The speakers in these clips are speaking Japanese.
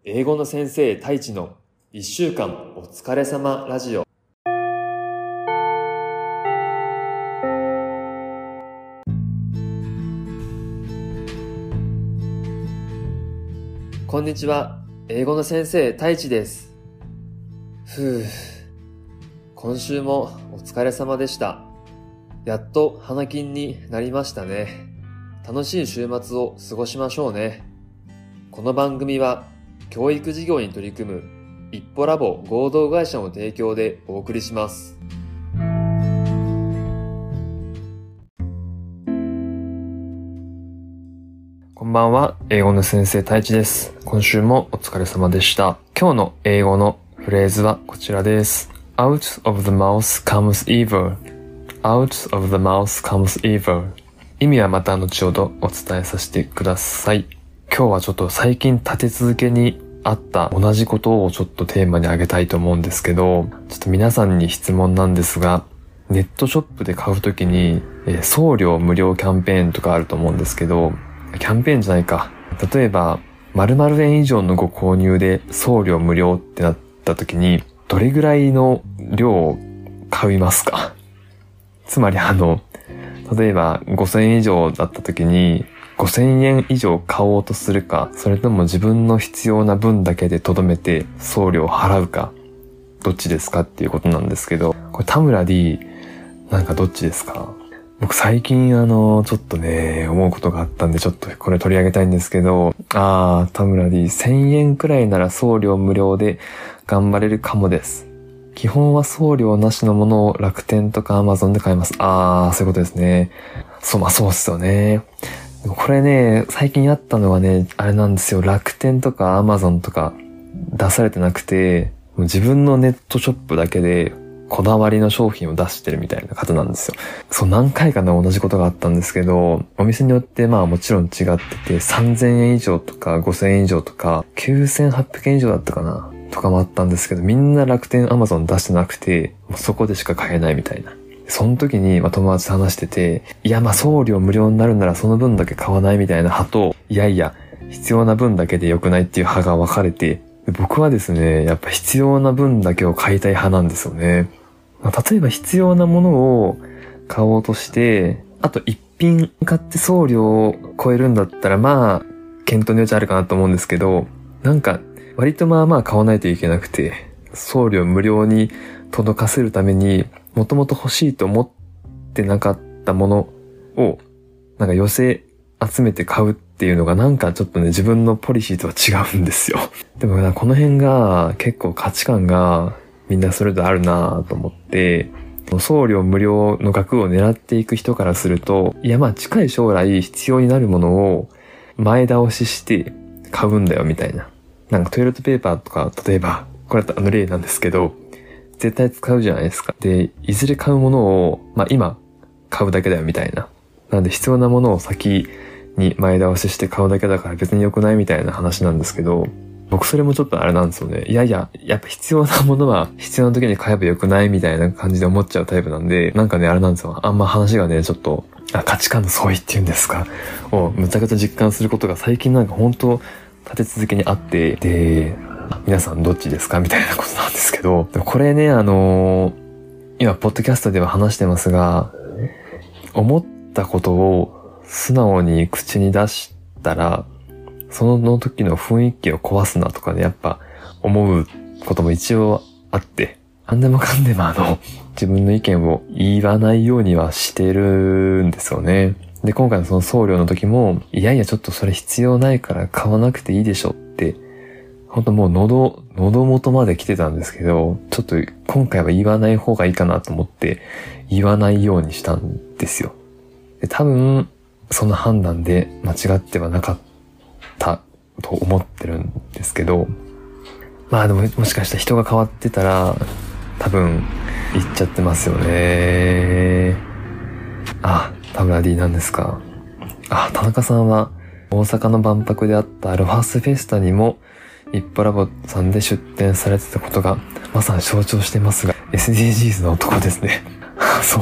英語の先生太一の1週間お疲れ様ラジオ。こんにちは、英語の先生太一です。今週もお疲れ様でした。やっと花金になりましたね。楽しい週末を過ごしましょうね。この番組は教育事業に取り組む一歩ラボ合同会社の提供でお送りします。こんばんは、英語の先生太一です。今週もお疲れ様でした。今日の英語のフレーズはこちらです。Out of the mouth comes evil。Out of the mouth comes evil。意味はまた後ほどお伝えさせてください。今日はちょっと最近立て続けにあった同じことをちょっとテーマに挙げたいと思うんですけど、ちょっと皆さんに質問なんですが、ネットショップで買うときに、送料無料キャンペーンとかあると思うんですけど、キャンペーンじゃないか。例えば、〇〇円以上のご購入で送料無料ってなったときに、どれぐらいの量を買いますか？つまり例えば5000円以上だったときに、5000円以上買おうとするか、それとも自分の必要な分だけで留めて送料を払うか、どっちですかっていうことなんですけど、これ田村 D、なんかどっちですか？僕最近ちょっとね、思うことがあったんでちょっとこれ取り上げたいんですけど、田村 D、1000円くらいなら送料無料で頑張れるかもです。基本は送料なしのものを楽天とか Amazon で買います。そういうことですね。そうっすよね。これね、最近あったのはね、あれなんですよ。楽天とか Amazon とか出されてなくて、もう自分のネットショップだけでこだわりの商品を出してるみたいな方なんですよ。何回かの同じことがあったんですけど、お店によってもちろん違ってて、3000円以上とか5000円以上とか、9800円以上だったかなとかもあったんですけど、みんな楽天 Amazon 出してなくて、もうそこでしか買えないみたいな。その時に友達と話してて、送料無料になるならその分だけ買わないみたいな派と、必要な分だけで良くないっていう派が分かれて、僕はですね、やっぱ必要な分だけを買いたい派なんですよね。例えば必要なものを買おうとして、あと一品買って送料を超えるんだったら検討の余地あるかなと思うんですけど、割と買わないといけなくて、送料無料に届かせるために、もともと欲しいと思ってなかったものを、寄せ集めて買うっていうのがちょっとね、自分のポリシーとは違うんですよ。でもこの辺が結構価値観がみんなそれぞれあるなと思って、送料無料の額を狙っていく人からすると、近い将来必要になるものを前倒しして買うんだよみたいな。トイレットペーパーとか、例えば、これだと例なんですけど、絶対使うじゃないですか。で、いずれ買うものを、今、買うだけだよみたいな。なんで必要なものを先に前倒しして買うだけだから別に良くないみたいな話なんですけど、僕それもちょっとあれなんですよね。やっぱ必要なものは必要な時に買えば良くないみたいな感じで思っちゃうタイプなんで、あれなんですよ。あんま話がね、ちょっと、価値観の相違っていうんですか、をむちゃくちゃ実感することが最近本当立て続けにあって、で、皆さんどっちですかみたいなことなんですけど、これね、今、ポッドキャストでは話してますが、思ったことを素直に口に出したら、その時の雰囲気を壊すなとかね、やっぱ思うことも一応あって、何でもかんでも自分の意見を言わないようにはしてるんですよね。で、今回のその送料の時も、ちょっとそれ必要ないから買わなくていいでしょって、本当もう喉元まで来てたんですけど、ちょっと今回は言わない方がいいかなと思って言わないようにしたんですよ。で、多分その判断で間違ってはなかったと思ってるんですけど、でももしかしたら人が変わってたら多分言っちゃってますよね。田村 D なんですか。田中さんは大阪の万博であったロハスフェスタにも一歩ラボさんで出展されてたことがまさに象徴してますが、 SDGs の男ですね。そう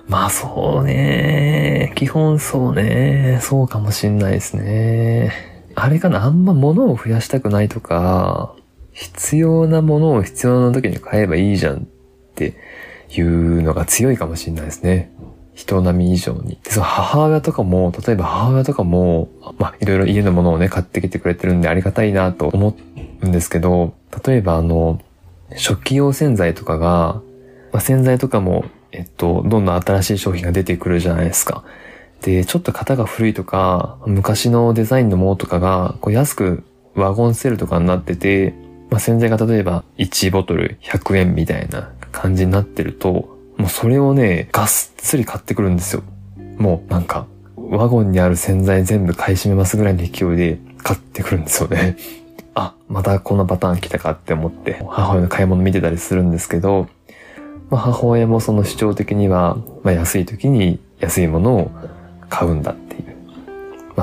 そうね、基本そうね、そうかもしんないですね。 あれかな、あんま物を増やしたくないとか、必要なものを必要な時に買えばいいじゃんっていうのが強いかもしれないですね。人並み以上に。で、母親とかも、例えば母親とかも、いろいろ家のものをね、買ってきてくれてるんでありがたいなと思うんですけど、例えば食器用洗剤とかが、洗剤とかも、どんどん新しい商品が出てくるじゃないですか。で、ちょっと型が古いとか、昔のデザインのものとかが、安くワゴンセールとかになってて、洗剤が例えば1ボトル100円みたいな感じになってると、もうそれをね、がっつり買ってくるんですよ。もうなんか、ワゴンにある洗剤全部買い占めますぐらいの勢いで買ってくるんですよね。またこんなパターン来たかって思って、母親の買い物見てたりするんですけど、母親もその主張的には、安い時に安いものを買うんだっていう。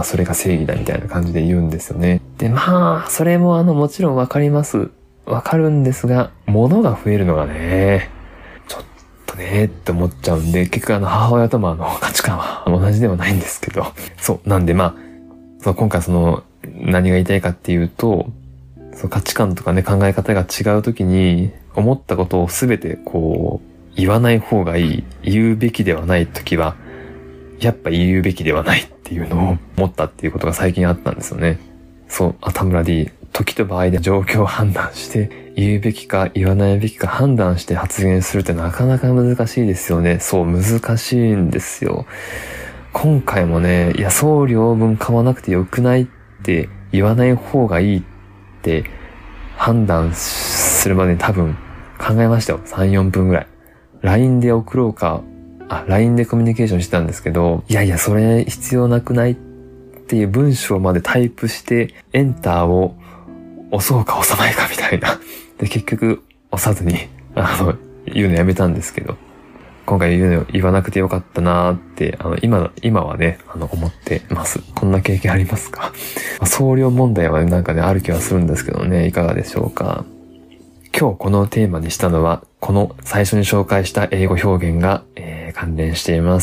それが正義だみたいな感じで言うんですよね。で、それももちろんわかります。わかるんですが、物が増えるのがね、ちょっとねって思っちゃうんで、結局母親とも価値観は同じではないんですけど、そう、なんで今回何が言いたいかっていうと、価値観とかね、考え方が違う時に、思ったことをすべて言わない方がいい、言うべきではない時は、やっぱ言うべきではないっていうのを思ったっていうことが最近あったんですよね。そう、田村 D、時と場合で状況を判断して、言うべきか言わないべきか判断して発言するってなかなか難しいですよね。そう、難しいんですよ。今回もね、送料分買わなくてよくないって言わない方がいいって判断するまでに多分考えましたよ。3、4分ぐらい。LINE で送ろうか、LINE でコミュニケーションしてたんですけど、それ必要なくないっていう文章までタイプして、エンターを押そうか押さないかみたいな。で、結局押さずに、言うのやめたんですけど、今回言わなくてよかったなーって、今はね、思ってます。こんな経験ありますか？送料問題はなんかね、ある気はするんですけどね、いかがでしょうか？今日このテーマにしたのは、この最初に紹介した英語表現が、関連しています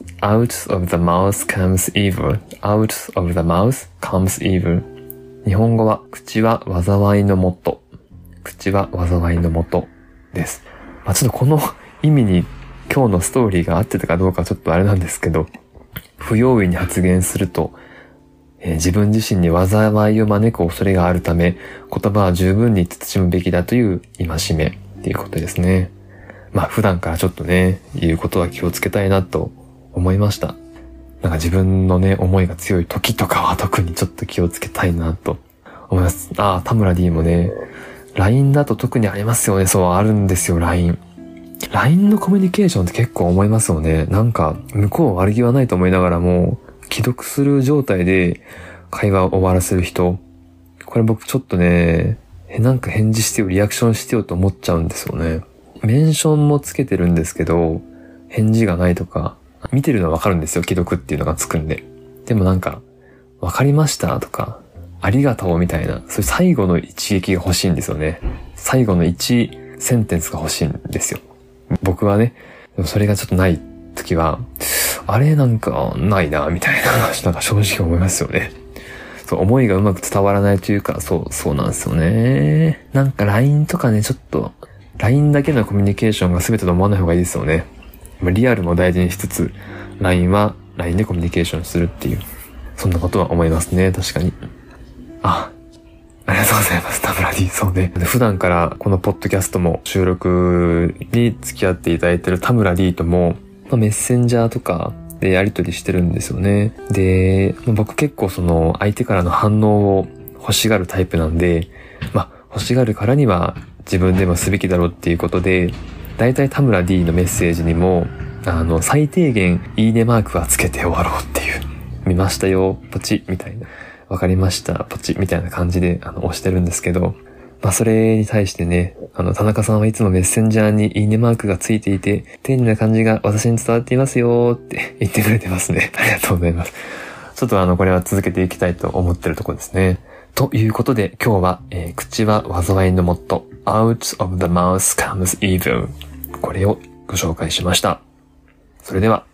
。Out of the mouth comes evil. Out of the mouth comes evil. 日本語は、口は災いのもと。口は災いのもとです。ちょっとこの意味に今日のストーリーが合ってたかどうかちょっとあれなんですけど、不用意に発言すると、自分自身に災いを招く恐れがあるため、言葉は十分に慎むべきだという戒めっていうことですね。普段からちょっとね、言うことは気をつけたいなと思いました。なんか自分のね、思いが強い時とかは特にちょっと気をつけたいなと思います。田村 D もね、LINE だと特にありますよね。そう、あるんですよ、LINE のコミュニケーションって結構思いますよね。なんか、向こう悪気はないと思いながらも、既読する状態で会話を終わらせる人。これ僕ちょっとね、なんか返事してよ、リアクションしてよと思っちゃうんですよね。メンションもつけてるんですけど、返事がないとか、見てるのはわかるんですよ、既読っていうのがつくんで。でもなんか、わかりましたとか、ありがとうみたいな、そういう最後の一撃が欲しいんですよね。最後の一センテンスが欲しいんですよ。僕はね、でもそれがちょっとない時は、あれなんかないな、みたいな、なんか正直思いますよね。そう、思いがうまく伝わらないというか、そうなんですよね。なんか LINE とかね、ちょっと、LINE だけのコミュニケーションが全てと思わない方がいいですよね。リアルも大事にしつつ、LINE は LINE でコミュニケーションするっていう、そんなことは思いますね、確かに。ありがとうございます、田村 D。そうね。普段からこのポッドキャストも収録に付き合っていただいている田村 D とも、メッセンジャーとかでやり取りしてるんですよね。で、僕結構相手からの反応を欲しがるタイプなんで、欲しがるからには自分でもすべきだろうっていうことで、だいたい田村 D のメッセージにも、最低限いいねマークはつけて終わろうっていう。見ましたよ、ポチみたいな。わかりました、ポチみたいな感じで押してるんですけど、それに対してね、田中さんはいつもメッセンジャーにいいねマークがついていて、丁寧な感じが私に伝わっていますよって言ってくれてますね。ありがとうございます。ちょっとこれは続けていきたいと思ってるところですね。ということで今日は、口は災いのもと、Out of the mouth comes evil。これをご紹介しました。それでは